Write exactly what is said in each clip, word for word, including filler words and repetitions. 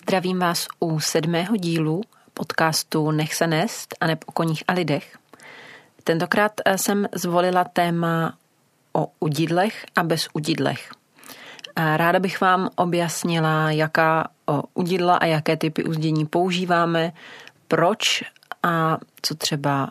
Zdravím vás u sedmého dílu podcastu Nech se nést a neb o koních a lidech. Tentokrát jsem zvolila téma o udidlech a bezudidlech. Ráda bych vám objasnila, jaká udidla a jaké typy uzdění používáme, proč a co třeba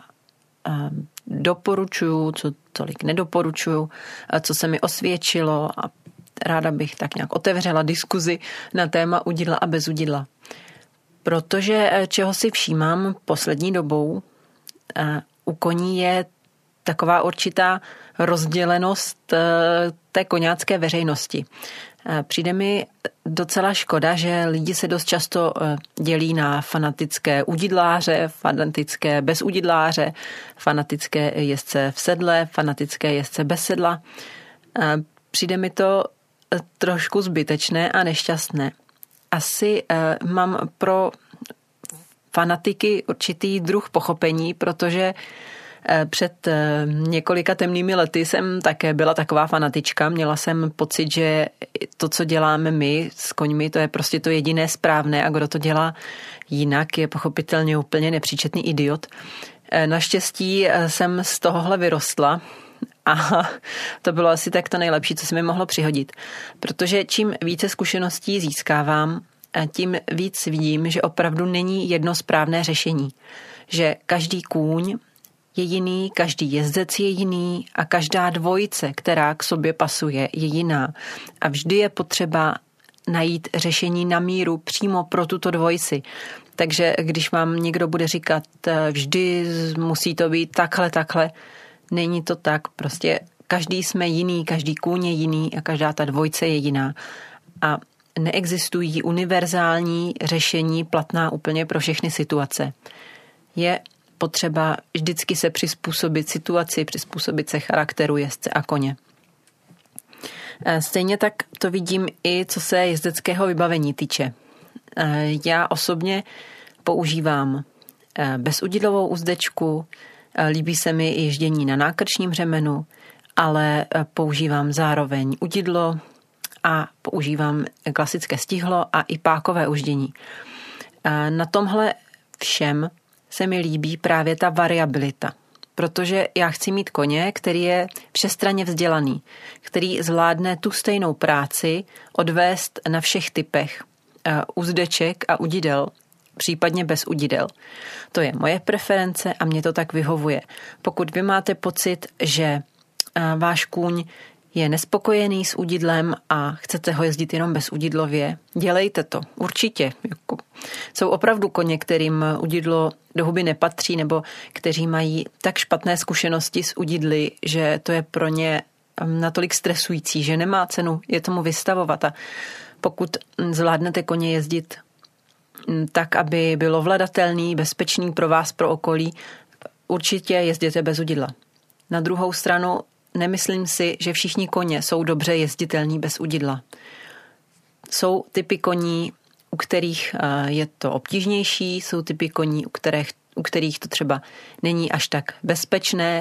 doporučuju, co tolik nedoporučuju, co se mi osvědčilo, a ráda bych tak nějak otevřela diskuzi na téma udidla a bezudidla. Protože čeho si všímám poslední dobou, u koní je taková určitá rozdělenost té koňácké veřejnosti. Přijde mi docela škoda, že lidi se dost často dělí na fanatické udidláře, fanatické bezudidláře, fanatické jezdce v sedle, fanatické jezdce bez sedla. Přijde mi to trošku zbytečné a nešťastné. Asi mám pro fanatiky určitý druh pochopení, protože před několika temnými lety jsem také byla taková fanatička. Měla jsem pocit, že to, co děláme my s koňmi, to je prostě to jediné správné a kdo to dělá jinak, je pochopitelně úplně nepříčetný idiot. Naštěstí jsem z tohohle vyrostla a to bylo asi tak to nejlepší, co se mi mohlo přihodit. Protože čím více zkušeností získávám, tím víc vidím, že opravdu není jedno správné řešení. Že každý kůň je jiný, každý jezdec je jiný a každá dvojice, která k sobě pasuje, je jiná. A vždy je potřeba najít řešení na míru přímo pro tuto dvojici. Takže když vám někdo bude říkat, vždy musí to být takhle, takhle, není to tak. Prostě každý jsme jiný, každý kůň je jiný a každá ta dvojice je jiná. A neexistují univerzální řešení platná úplně pro všechny situace. Je potřeba vždycky se přizpůsobit situaci, přizpůsobit se charakteru jezdce a koně. Stejně tak to vidím i co se jezdeckého vybavení týče. Já osobně používám bezudidlovou uzdečku, líbí se mi i ježdění na nákrčním řemenu, ale používám zároveň udidlo a používám klasické stihlo a i pákové uždění. Na tomhle všem se mi líbí právě ta variabilita, protože já chci mít koně, který je všestranně vzdělaný, který zvládne tu stejnou práci odvést na všech typech uzdeček a udidel, případně bez udidel. To je moje preference a mě to tak vyhovuje. Pokud vy máte pocit, že váš kůň je nespokojený s udidlem a chcete ho jezdit jenom bez udidlově, dělejte to. Určitě. Jsou opravdu koně, kterým udidlo do huby nepatří nebo kteří mají tak špatné zkušenosti s udidly, že to je pro ně natolik stresující, že nemá cenu je tomu vystavovat. A pokud zvládnete koně jezdit tak, aby bylo vladatelný, bezpečný pro vás, pro okolí, určitě jezděte bez udidla. Na druhou stranu nemyslím si, že všichni koně jsou dobře jezditelní bez udidla. Jsou typy koní, u kterých je to obtížnější, jsou typy koní, u kterých, u kterých to třeba není až tak bezpečné.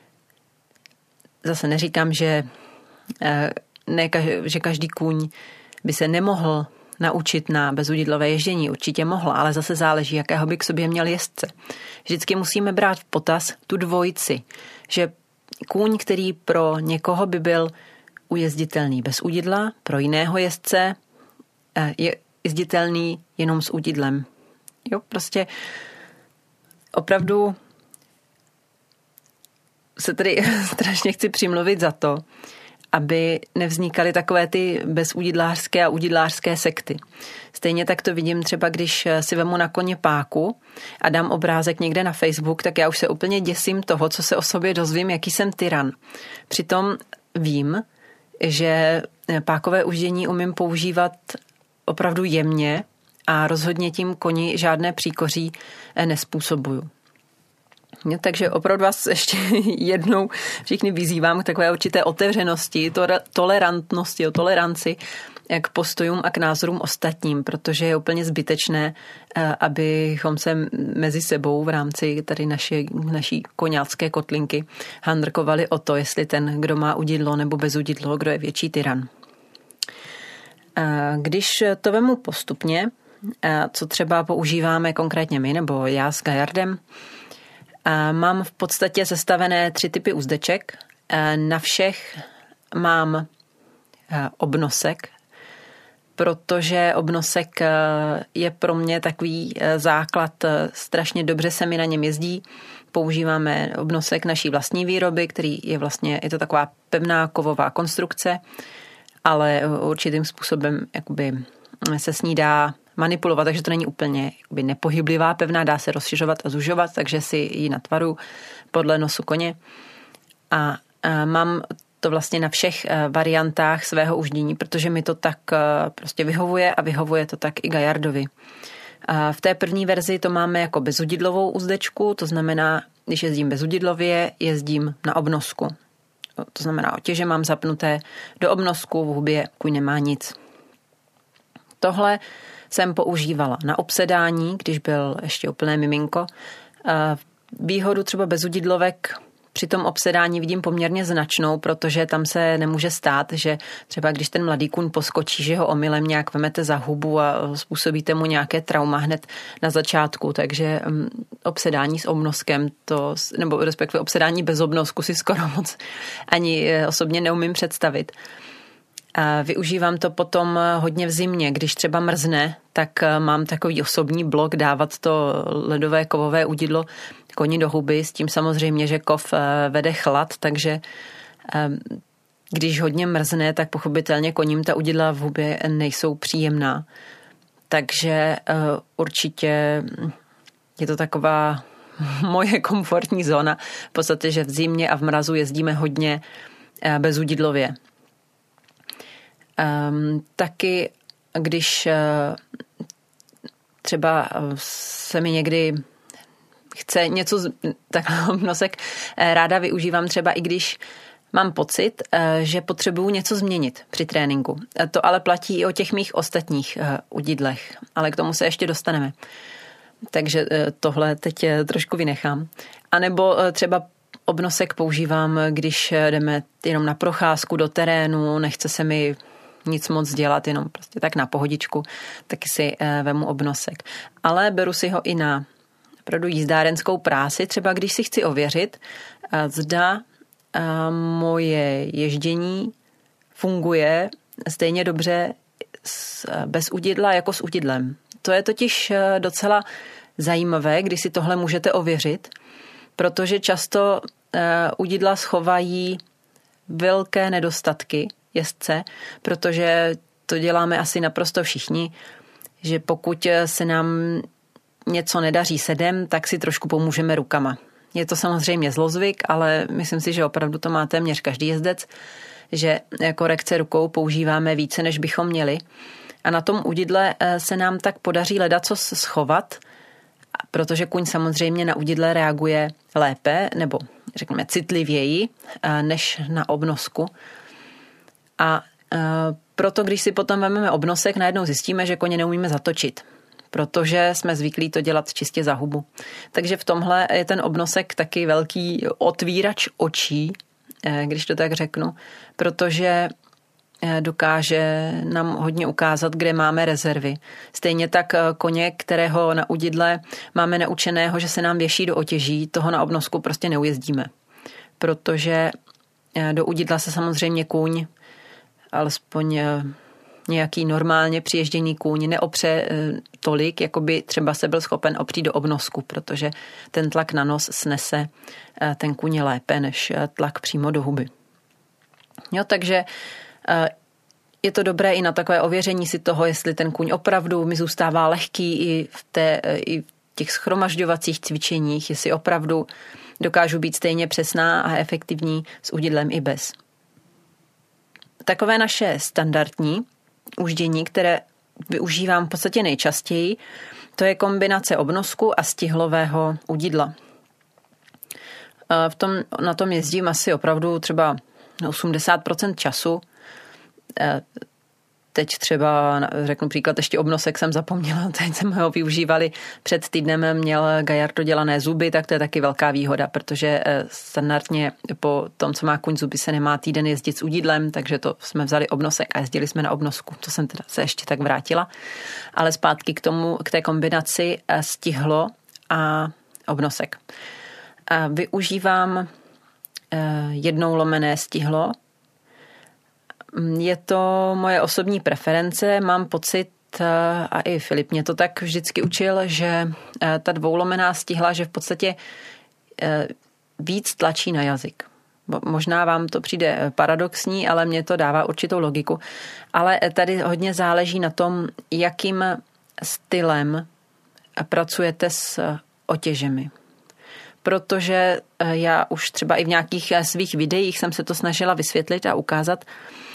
Zase neříkám, že, ne, že každý kůň by se nemohl naučit na bezudidlové ježdění. Určitě mohl, ale zase záleží, jakého by k sobě měl jezdce. Vždycky musíme brát v potaz tu dvojici, že kůň, který pro někoho by byl ujezditelný bez udidla, pro jiného jezdce je jezditelný jenom s udidlem. Jo, prostě opravdu se tady strašně chci přimluvit za to, aby nevznikaly takové ty bezudidlářské a udidlářské sekty. Stejně tak to vidím třeba, když si vemu na koně páku a dám obrázek někde na Facebook, tak já už se úplně děsím toho, co se o sobě dozvím, jaký jsem tyran. Přitom vím, že pákové uždění umím používat opravdu jemně a rozhodně tím koni žádné příkoří nespůsobuju. Takže opravdu vás ještě jednou všichni vyzývám k takové určité otevřenosti, tolerantnosti, o toleranci k postojům a k názorům ostatním, protože je úplně zbytečné, abychom se mezi sebou v rámci tady naší, naší koňácké kotlinky handrkovali o to, jestli ten, kdo má udidlo nebo bez udidlo, kdo je větší tyran. Když to vemu postupně, co třeba používáme konkrétně my, nebo já s Gajardem. Mám v podstatě sestavené tři typy uzdeček. Na všech mám obnosek, protože obnosek je pro mě takový základ, strašně dobře se mi na něm jezdí. Používáme obnosek naší vlastní výroby, který je vlastně, je to taková pevná kovová konstrukce, ale určitým způsobem jakoby se s ní dá manipulovat, takže to není úplně jakoby nepohyblivá, pevná, dá se rozšiřovat a zužovat, takže si ji natvaru podle nosu koně. A, a mám to vlastně na všech variantách svého uždění, protože mi to tak prostě vyhovuje a vyhovuje to tak i Gajardovi. A v té první verzi to máme jako bezudidlovou uzdečku, to znamená, když jezdím bezudidlově, jezdím na obnosku. To znamená, otěže mám zapnuté do obnosku, v hubě kuň nemá nic. Tohle jsem používala na obsedání, když byl ještě úplné miminko. Výhodu třeba bezudidlovek při tom obsedání vidím poměrně značnou, protože tam se nemůže stát, že třeba když ten mladý kůň poskočí, že ho omylem nějak vemete za hubu a způsobíte mu nějaké trauma hned na začátku, takže obsedání s obnoskem, to, nebo respektive obsedání bez obnosku si skoro moc ani osobně neumím představit. A využívám to potom hodně v zimě, když třeba mrzne, tak mám takový osobní blok dávat to ledové kovové udidlo koni do huby, s tím samozřejmě, že kov vede chlad, takže když hodně mrzne, tak pochopitelně koním ta udidla v hubě nejsou příjemná. Takže určitě je to taková moje komfortní zóna, v podstatě, že v zimě a v mrazu jezdíme hodně bezudidlově. Um, taky, když uh, třeba se mi někdy chce něco, z, tak nosek ráda využívám třeba i když mám pocit, uh, že potřebuju něco změnit při tréninku. To ale platí i o těch mých ostatních uh, udidlech, ale k tomu se ještě dostaneme. Takže uh, tohle teď trošku vynechám. A nebo uh, třeba obnosek používám, když jdeme jenom na procházku do terénu, nechce se mi nic moc dělat, jenom prostě tak na pohodičku, taky si vemu obnosek. Ale beru si ho i na opravdu jízdárenskou práci, třeba když si chci ověřit, zda moje ježdění funguje stejně dobře bez udidla jako s udidlem. To je totiž docela zajímavé, když si tohle můžete ověřit, protože často udidla schovají velké nedostatky jezdce, protože to děláme asi naprosto všichni, že pokud se nám něco nedaří sedem, tak si trošku pomůžeme rukama. Je to samozřejmě zlozvyk, ale myslím si, že opravdu to má téměř každý jezdec, že korekce rukou používáme více, než bychom měli. A na tom udidle se nám tak podaří ledacos schovat, protože kuň samozřejmě na udidle reaguje lépe, nebo řekněme citlivěji, než na obnosku. A proto, když si potom vezmeme obnosek, najednou zjistíme, že koně neumíme zatočit, protože jsme zvyklí to dělat čistě za hubu. Takže v tomhle je ten obnosek taky velký otvírač očí, když to tak řeknu, protože dokáže nám hodně ukázat, kde máme rezervy. Stejně tak koně, kterého na udidle máme naučeného, že se nám věší do otěží, toho na obnosku prostě neujezdíme. Protože do udidla se samozřejmě kůň, alespoň nějaký normálně přiježděný kůň neopře tolik, jako by třeba se byl schopen opřít do obnosku, protože ten tlak na nos snese ten kůň lépe než tlak přímo do huby. Jo, takže je to dobré i na takové ověření si toho, jestli ten kůň opravdu mi zůstává lehký i v, té, i v těch shromažďovacích cvičeních, jestli opravdu dokážu být stejně přesná a efektivní s udidlem i bez. Takové naše standardní uždění, které využívám v podstatě nejčastěji, to je kombinace obnosku a stihlového udidla. V tom, na tom jezdím asi opravdu třeba osmdesát procent času. teď třeba, řeknu příklad, ještě obnosek jsem zapomněla, teď jsme ho využívali před týdnem, měl Gallardo dělané zuby, tak to je taky velká výhoda, protože standardně po tom, co má kuň zuby, se nemá týden jezdit s udidlem, takže to jsme vzali obnosek a jezdili jsme na obnosku. To jsem teda se ještě tak vrátila. Ale zpátky k tomu, k té kombinaci stihlo a obnosek. A využívám jednou lomené stihlo. Je to moje osobní preference, mám pocit, a i Filip mě to tak vždycky učil, že ta dvoulomená stihla, že v podstatě víc tlačí na jazyk. Možná vám to přijde paradoxní, ale mně to dává určitou logiku. Ale tady hodně záleží na tom, jakým stylem pracujete s otěžemi. Protože já už třeba i v nějakých svých videích jsem se to snažila vysvětlit a ukázat,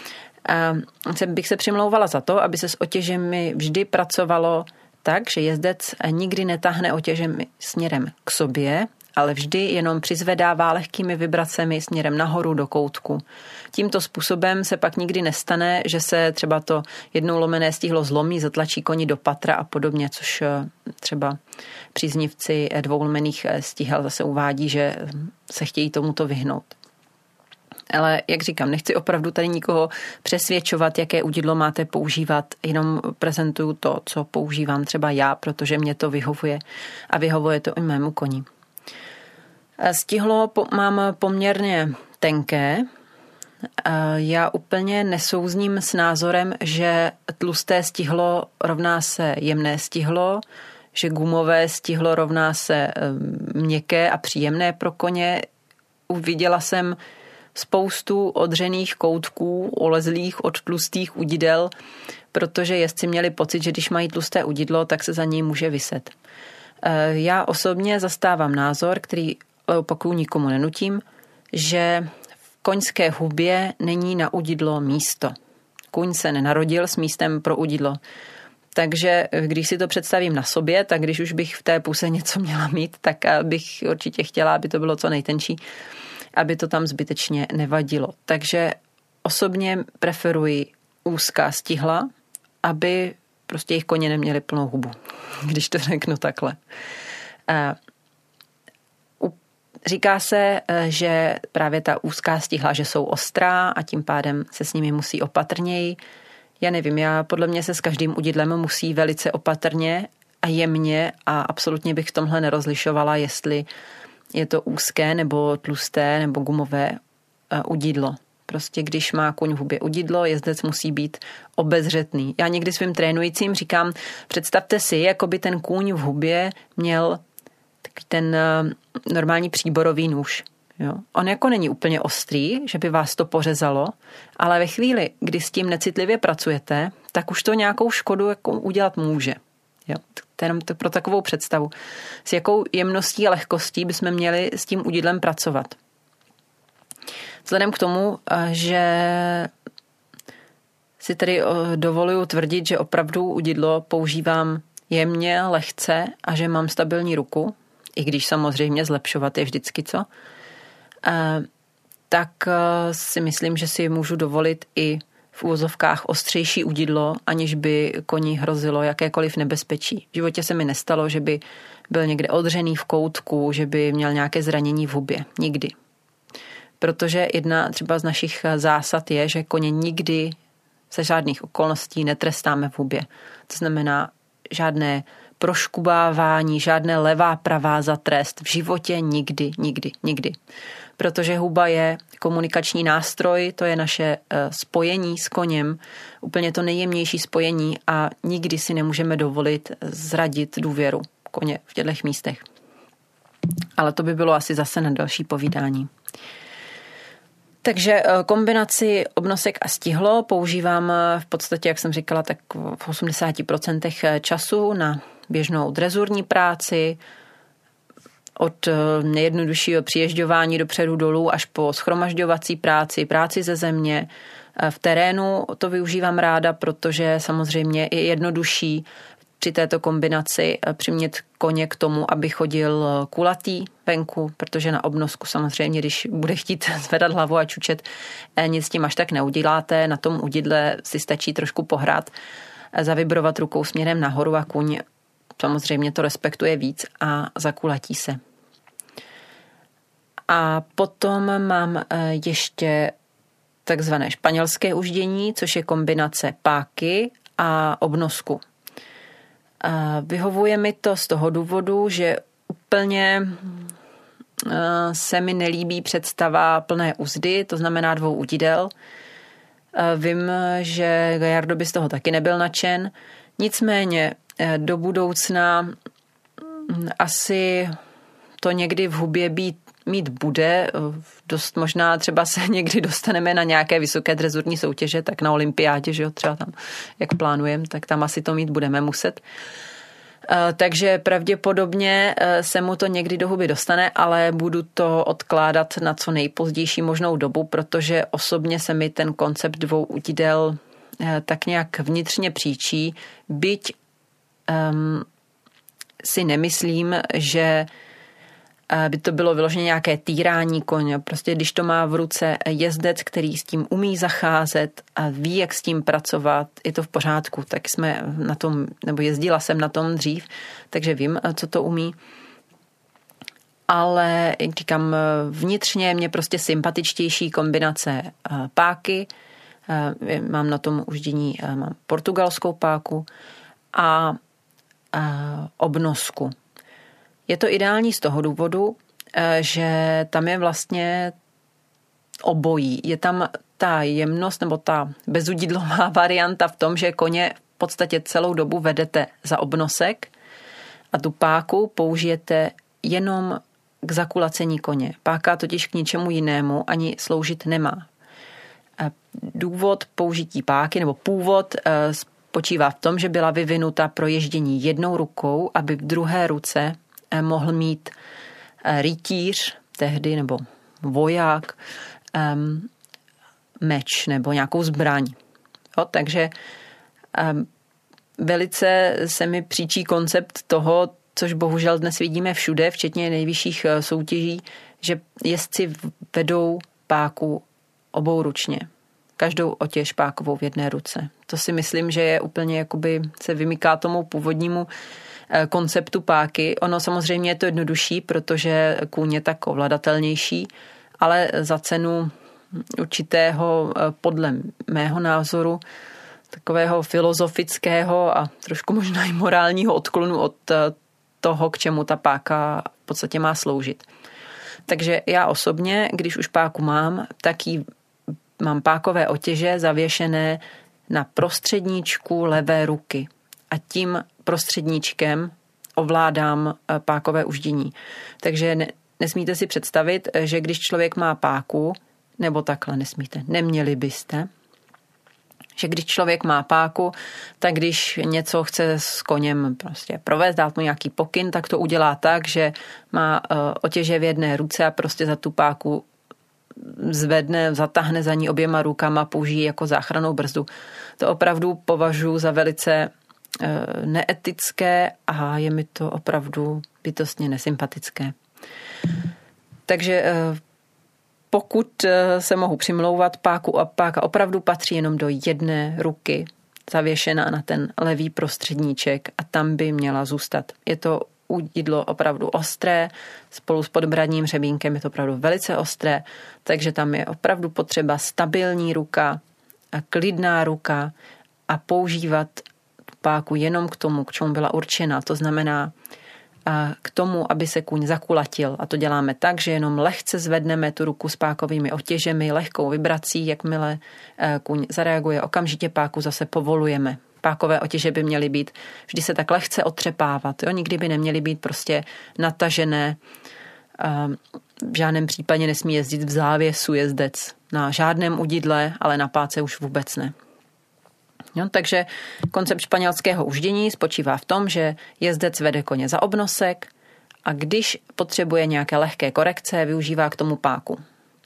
bych se přimlouvala za to, aby se s otěžemi vždy pracovalo tak, že jezdec nikdy netáhne otěžemi směrem k sobě, ale vždy jenom přizvedává lehkými vibracemi směrem nahoru do koutku. Tímto způsobem se pak nikdy nestane, že se třeba to jednou lomené stihlo zlomí, zatlačí koni do patra a podobně, což třeba příznivci dvoulomených stihel zase uvádí, že se chtějí tomuto vyhnout. Ale jak říkám, nechci opravdu tady nikoho přesvědčovat, jaké udidlo máte používat, jenom prezentuju to, co používám třeba já, protože mě to vyhovuje a vyhovuje to i mému koni. Stihlo mám poměrně tenké. Já úplně nesouzním s názorem, že tlusté stihlo rovná se jemné stihlo, že gumové stihlo rovná se měkké a příjemné pro koně. Uviděla jsem spoustu odřených koutků, olezlých od tlustých udidel, protože jezdci měli pocit, že když mají tlusté udidlo, tak se za něj může viset. Já osobně zastávám názor, který opakuju nikomu nenutím, že v koňské hubě není na udidlo místo. Kuň se nenarodil s místem pro udidlo. Takže když si to představím na sobě, tak když už bych v té puse něco měla mít, tak bych určitě chtěla, aby to bylo co nejtenčí, aby to tam zbytečně nevadilo. Takže osobně preferuji úzká stihla, aby prostě jejich koně neměli plnou hubu, když to řeknu takhle. Říká se, že právě ta úzká stihla, že jsou ostrá a tím pádem se s nimi musí opatrněji. Já nevím, já podle mě se s každým udidlem musí velice opatrně a jemně a absolutně bych v tomhle nerozlišovala, jestli je to úzké nebo tlusté nebo gumové udidlo. Prostě když má kuň v hubě udidlo, jezdec musí být obezřetný. Já někdy svým trénujícím říkám, představte si, jako by ten kůň v hubě měl ten normální příborový nůž. Jo. On jako není úplně ostrý, že by vás to pořezalo, ale ve chvíli, kdy s tím necitlivě pracujete, tak už to nějakou škodu jako udělat může. Jo. Jenom to pro takovou představu. S jakou jemností a lehkostí bychom měli s tím udidlem pracovat. Vzhledem k tomu, že si tedy dovoluju tvrdit, že opravdu udidlo používám jemně, lehce a že mám stabilní ruku, i když samozřejmě zlepšovat je vždycky co, tak si myslím, že si můžu dovolit i v úvozovkách ostřejší udidlo, aniž by koni hrozilo jakékoliv nebezpečí. V životě se mi nestalo, že by byl někde odřený v koutku, že by měl nějaké zranění v hubě. Nikdy. Protože jedna třeba z našich zásad je, že koně nikdy za žádných okolností netrestáme v hubě. To znamená žádné proškubávání, žádné levá pravá za trest. V životě nikdy, nikdy, nikdy. Protože huba je komunikační nástroj, to je naše spojení s koněm, úplně to nejjemnější spojení a nikdy si nemůžeme dovolit zradit důvěru koně v těchto místech. Ale to by bylo asi zase na další povídání. Takže kombinaci obnosek a stihlo používám v podstatě, jak jsem říkala, tak v osmdesát procent času na běžnou drezurní práci, od nejjednoduššího přiježďování dopředu dolů až po shromažďovací práci, práci ze země. V terénu to využívám ráda, protože samozřejmě je jednodušší při této kombinaci přimět koně k tomu, aby chodil kulatý venku, protože na obnosku samozřejmě, když bude chtít zvedat hlavu a čučet, nic s tím až tak neuděláte. Na tom udidle si stačí trošku pohrát, zavibrovat rukou směrem nahoru a kůň samozřejmě to respektuje víc a zakulatí se. A potom mám ještě takzvané španělské uždění, což je kombinace páky a obnosku. A vyhovuje mi to z toho důvodu, že úplně se mi nelíbí představa plné uzdy, to znamená dvou udidel. Vím, že Gallardo by z toho taky nebyl nadšen. Nicméně do budoucna asi to někdy v hubě být, mít bude. Dost možná třeba se někdy dostaneme na nějaké vysoké drezurní soutěže, tak na olympiádě, že jo, třeba tam, jak plánujeme, tak tam asi to mít budeme muset. Takže pravděpodobně se mu to někdy do huby dostane, ale budu to odkládat na co nejpozdější možnou dobu, protože osobně se mi ten koncept dvou udidel tak nějak vnitřně příčí, byť um, si nemyslím, že by to bylo vyloženě nějaké týrání koně. Prostě když to má v ruce jezdec, který s tím umí zacházet a ví, jak s tím pracovat, je to v pořádku. Tak jsme na tom, nebo jezdila jsem na tom dřív, takže vím, co to umí. Ale, jak říkám, vnitřně mě prostě sympatičtější kombinace páky. Mám na tom uždění, mám portugalskou páku a, a obnosku. Je to ideální z toho důvodu, že tam je vlastně obojí. Je tam ta jemnost nebo ta bezudidlová varianta v tom, že koně v podstatě celou dobu vedete za obnosek a tu páku použijete jenom k zakulacení koně. Páka totiž k ničemu jinému ani sloužit nemá. Důvod použití páky nebo původ spočívá v tom, že byla vyvinuta pro ježdění jednou rukou, aby v druhé ruce mohl mít rytíř tehdy nebo voják um, meč nebo nějakou zbraň. Jo, takže um, velice se mi příčí koncept toho, což bohužel dnes vidíme všude, včetně nejvyšších soutěží, že jezdci vedou páku obouručně. Každou otěž pákovou v jedné ruce. To si myslím, že je úplně jakoby se vymyká tomu původnímu konceptu páky. Ono samozřejmě je to jednodušší, protože kůň je tak ovladatelnější, ale za cenu určitého, podle mého názoru, takového filozofického a trošku možná i morálního odklonu od toho, k čemu ta páka v podstatě má sloužit. Takže já osobně, když už páku mám, tak jí mám pákové otěže zavěšené na prostředníčku levé ruky. A tím prostředníčkem ovládám pákové uždění. Takže ne, nesmíte si představit, že když člověk má páku, nebo takhle nesmíte, neměli byste, že když člověk má páku, tak když něco chce s koněm prostě provést, dát mu nějaký pokyn, tak to udělá tak, že má otěže v jedné ruce a prostě za tu páku zvedne, zatáhne za ní oběma rukama, použije jako záchrannou brzdu. To opravdu považuji za velice neetické a je mi to opravdu bytostně nesympatické. Takže pokud se mohu přimlouvat, páku a páka opravdu patří jenom do jedné ruky, zavěšená na ten levý prostředníček a tam by měla zůstat. Je to udidlo opravdu ostré, spolu s podbradním hřebínkem je to opravdu velice ostré, takže tam je opravdu potřeba stabilní ruka, a klidná ruka a používat páku jenom k tomu, k čemu byla určena. To znamená k tomu, aby se kůň zakulatil. A to děláme tak, že jenom lehce zvedneme tu ruku s pákovými otěžemi, lehkou vibrací, jakmile kůň zareaguje, okamžitě páku zase povolujeme. Pákové otěže by měly být vždy se tak lehce otřepávat. Jo? Nikdy by neměly být prostě natažené. V žádném případě nesmí jezdit v závěsu jezdec. Na žádném udidle, ale na páce už vůbec ne. Jo, takže koncept španělského uždění spočívá v tom, že jezdec vede koně za obnosek a když potřebuje nějaké lehké korekce, využívá k tomu páku.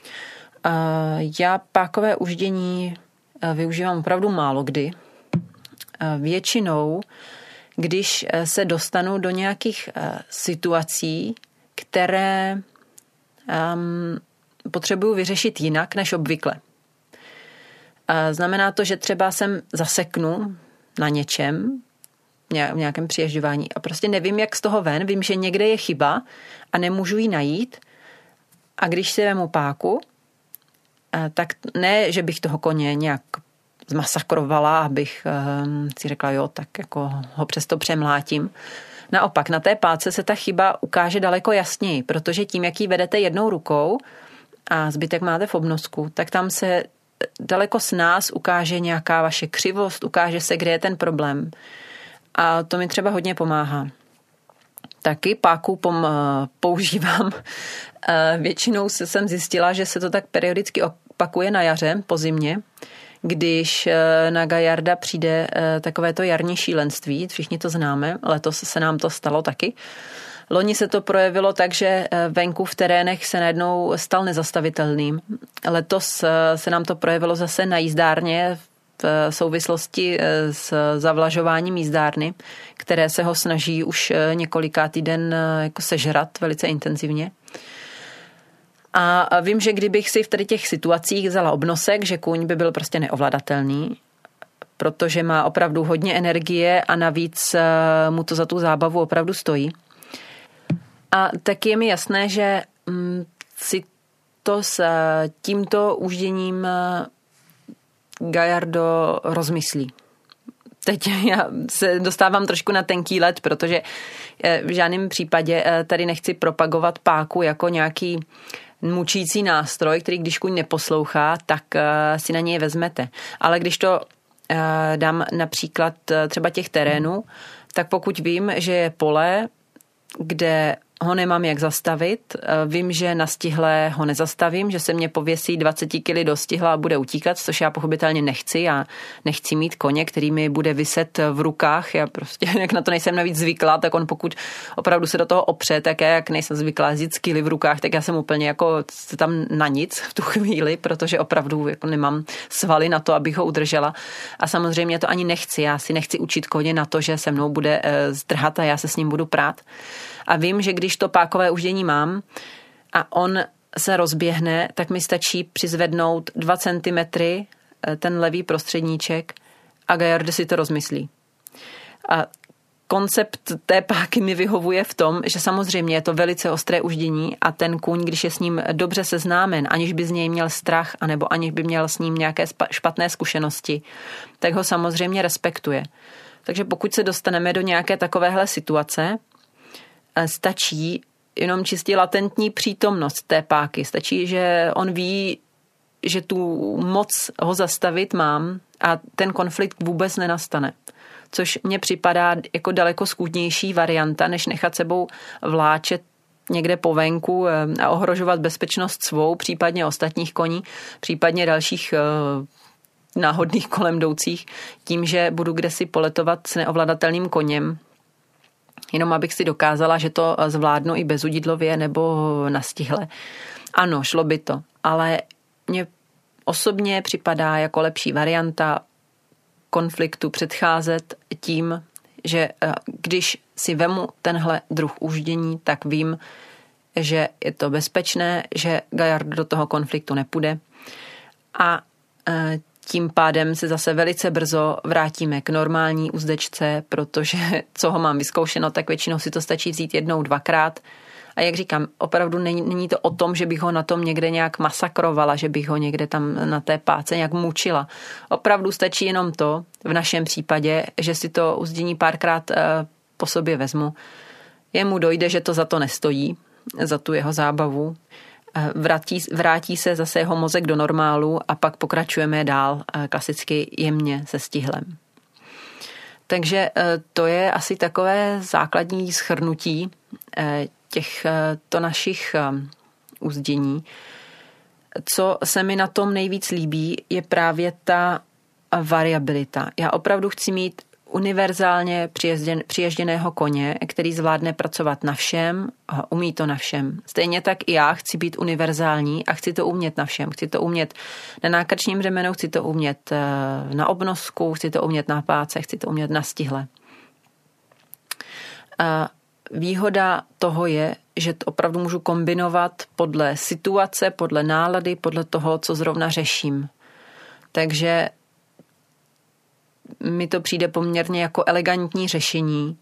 Já pákové uždění využívám opravdu málo kdy. Většinou když se dostanu do nějakých situací, které um, potřebuju vyřešit jinak než obvykle. Znamená to, že třeba jsem zaseknu na něčem, v nějakém přiježďování a prostě nevím, jak z toho ven, vím, že někde je chyba a nemůžu ji najít a když si vemu páku, tak ne, že bych toho koně nějak zmasakrovala, abych si řekla, jo, tak jako ho přesto přemlátím. Naopak, na té páce se ta chyba ukáže daleko jasněji, protože tím, jak ji vedete jednou rukou a zbytek máte v obnosku, tak tam se daleko s nás ukáže nějaká vaše křivost, ukáže se, kde je ten problém. A to mi třeba hodně pomáhá. Taky páku pom, používám. Většinou jsem zjistila, že se to tak periodicky opakuje na jaře, po zimě, když na Gaillarda přijde takovéto jarní šílenství, všichni to známe, letos se nám to stalo taky. Loni se to projevilo tak, že venku v terénech se najednou stal nezastavitelným. Letos se nám to projevilo zase na jízdárně v souvislosti s zavlažováním jízdárny, které se ho snaží už několikátý den jako sežrat velice intenzivně. A vím, že kdybych si v tady těch situacích vzala obnosek, že kůň by byl prostě neovladatelný, protože má opravdu hodně energie a navíc mu to za tu zábavu opravdu stojí. A taky je mi jasné, že si to s tímto užděním Gaillardo rozmyslí. Teď já se dostávám trošku na tenký led, protože v žádném případě tady nechci propagovat páku jako nějaký mučící nástroj, který když kůň neposlouchá, tak si na něj vezmete. Ale když to dám například třeba těch terénů, tak pokud vím, že je pole, kde ho nemám jak zastavit. Vím, že na stihle ho nezastavím, že se mě pověsí dvacet kilo do stihla a bude utíkat, což já pochopitelně nechci. Já nechci mít koně, který mi bude viset v rukách. Já prostě, jak na to nejsem navíc zvyklá, tak on pokud opravdu se do toho opře, tak já jak nejsem zvyklá jezdit s kily v rukách, tak já jsem úplně jako tam na nic v tu chvíli, protože opravdu jako nemám svaly na to, abych ho udržela. A samozřejmě to ani nechci. Já si nechci učit koně na to, že se mnou bude zdrhat a já se s ním budu prát. A vím, že když to pákové uždění mám a on se rozběhne, tak mi stačí přizvednout dva centimetry ten levý prostředníček a Gaillardo si to rozmyslí. A koncept té páky mi vyhovuje v tom, že samozřejmě je to velice ostré uždění a ten kůň, když je s ním dobře seznámen, aniž by z něj měl strach, anebo aniž by měl s ním nějaké špatné zkušenosti, tak ho samozřejmě respektuje. Takže pokud se dostaneme do nějaké takovéhle situace, stačí jenom čistě latentní přítomnost té páky. Stačí, že on ví, že tu moc ho zastavit mám a ten konflikt vůbec nenastane. Což mně připadá jako daleko skutnější varianta, než nechat sebou vláčet někde po venku a ohrožovat bezpečnost svou, případně ostatních koní, případně dalších náhodných kolem jdoucích, tím, že budu kdesi poletovat s neovladatelným koněm, jenom abych si dokázala, že to zvládnu i bezudidlově nebo na stihle. Ano, šlo by to, ale mně osobně připadá jako lepší varianta konfliktu předcházet tím, že když si vemu tenhle druh uždění, tak vím, že je to bezpečné, že Gaillardo do toho konfliktu nepůjde a tím pádem se zase velice brzo vrátíme k normální uzdečce, protože co ho mám vyzkoušeno, tak většinou si to stačí vzít jednou, dvakrát. A jak říkám, opravdu není, není to o tom, že bych ho na tom někde nějak masakrovala, že bych ho někde tam na té páce nějak mučila. Opravdu stačí jenom to, v našem případě, že si to uzdění párkrát po sobě vezmu. Jemu dojde, že to za to nestojí, za tu jeho zábavu. Vrátí, vrátí se zase jeho mozek do normálu a pak pokračujeme dál klasicky jemně se stihlem. Takže to je asi takové základní shrnutí těchto našich uzdění. Co se mi na tom nejvíc líbí, je právě ta variabilita. Já opravdu chci mít univerzálně přiježděného koně, který zvládne pracovat na všem a umí to na všem. Stejně tak i já chci být univerzální a chci to umět na všem. Chci to umět na nákrčním řemenu, chci to umět na obnosku, chci to umět na páce, chci to umět na stihle. A výhoda toho je, že to opravdu můžu kombinovat podle situace, podle nálady, podle toho, co zrovna řeším. Takže mi to přijde poměrně jako elegantní řešení,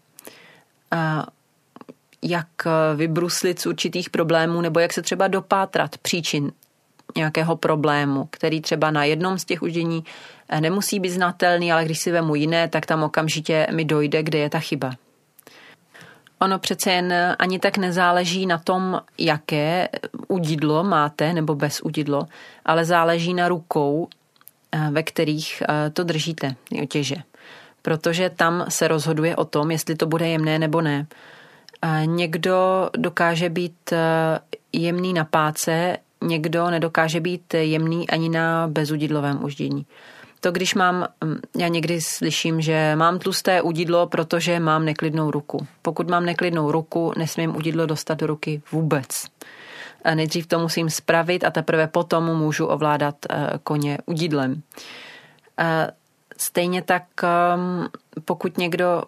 jak vybruslit z určitých problémů nebo jak se třeba dopátrat příčin nějakého problému, který třeba na jednom z těch udění nemusí být znatelný, ale když si vemu jiné, tak tam okamžitě mi dojde, kde je ta chyba. Ono přece jen ani tak nezáleží na tom, jaké udidlo máte nebo bez udidlo, ale záleží na rukou, ve kterých to držíte, ty otěže. Protože tam se rozhoduje o tom, jestli to bude jemné nebo ne. Někdo dokáže být jemný na páce, někdo nedokáže být jemný ani na bezudidlovém uždění. To když mám, já někdy slyším, že mám tlusté udidlo, protože mám neklidnou ruku. Pokud mám neklidnou ruku, nesmím udidlo dostat do ruky vůbec. A nejdřív to musím spravit a teprve potom můžu ovládat koně udidlem. Stejně tak, pokud někdo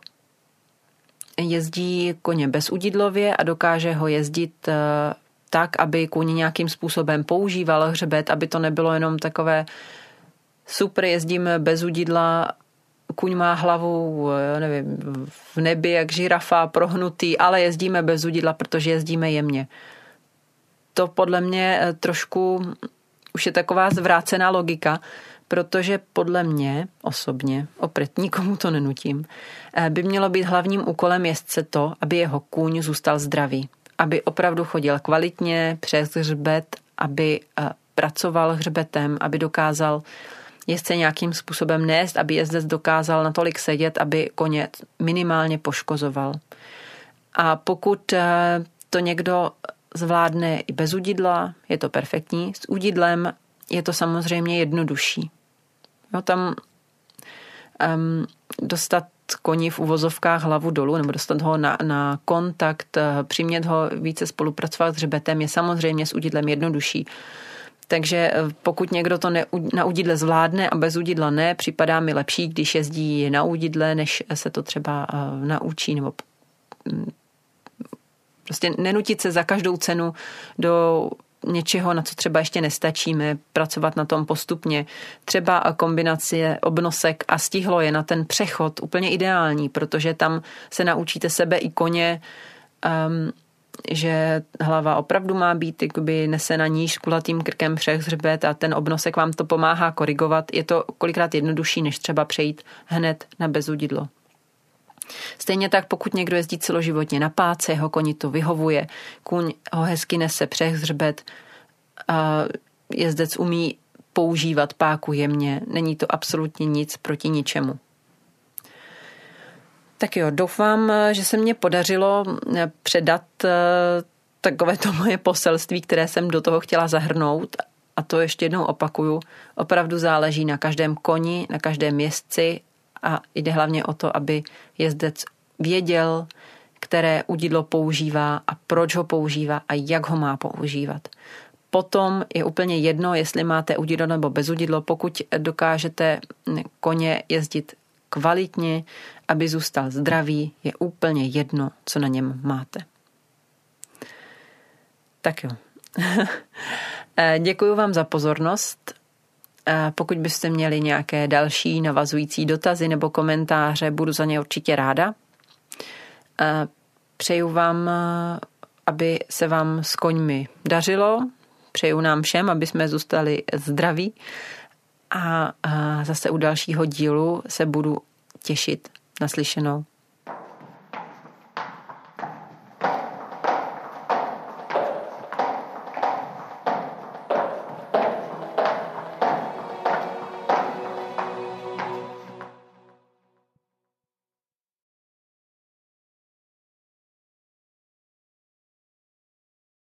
jezdí koně bezudidlově a dokáže ho jezdit tak, aby kůň nějakým způsobem používal hřbet, aby to nebylo jenom takové super, jezdíme bez udidla, kůň má hlavu, nevím, v nebi jak žirafa, prohnutý, ale jezdíme bez udidla, protože jezdíme jemně. To podle mě trošku už je taková zvrácená logika, protože podle mě osobně, opět nikomu to nenutím, by mělo být hlavním úkolem jezdce to, aby jeho kůň zůstal zdravý, aby opravdu chodil kvalitně přes hřbet, aby pracoval hřbetem, aby dokázal jezdce nějakým způsobem nést, aby jezdec dokázal natolik sedět, aby koně minimálně poškozoval. A pokud to někdo zvládne i bez udidla, je to perfektní. S udidlem je to samozřejmě jednodušší. No, tam um, dostat koni v uvozovkách hlavu dolů nebo dostat ho na, na kontakt, přimět ho více spolupracovat s hřbetem je samozřejmě s udidlem jednodušší. Takže pokud někdo to ne, na udidle zvládne a bez udidla ne, připadá mi lepší, když jezdí na udidle, než se to třeba uh, naučí nebo prostě nenutit se za každou cenu do něčeho, na co třeba ještě nestačíme, pracovat na tom postupně. Třeba kombinace obnosek a stihlo je na ten přechod úplně ideální, protože tam se naučíte sebe i koně, um, že hlava opravdu má být jakoby nesena níž s kulatým krkem přes hřbet a ten obnosek vám to pomáhá korigovat. Je to kolikrát jednodušší, než třeba přejít hned na bezudidlo. Stejně tak, pokud někdo jezdí celoživotně na páce, jeho koni to vyhovuje, kůň ho hezky nese přes hřbet, a jezdec umí používat páku jemně, není to absolutně nic proti ničemu. Tak jo, doufám, že se mně podařilo předat takovéto moje poselství, které jsem do toho chtěla zahrnout. A to ještě jednou opakuju, opravdu záleží na každém koni, na každém jezdci a jde hlavně o to, aby jezdec věděl, které udidlo používá a proč ho používá a jak ho má používat. Potom je úplně jedno, jestli máte udidlo nebo bez udidlo, pokud dokážete koně jezdit kvalitně, aby zůstal zdravý, je úplně jedno, co na něm máte. Tak jo. Děkuji vám za pozornost. Pokud byste měli nějaké další navazující dotazy nebo komentáře, budu za ně určitě ráda. Přeju vám, aby se vám s koňmi dařilo. Přeju nám všem, aby jsme zůstali zdraví. A zase u dalšího dílu se budu těšit. Naslyšenou.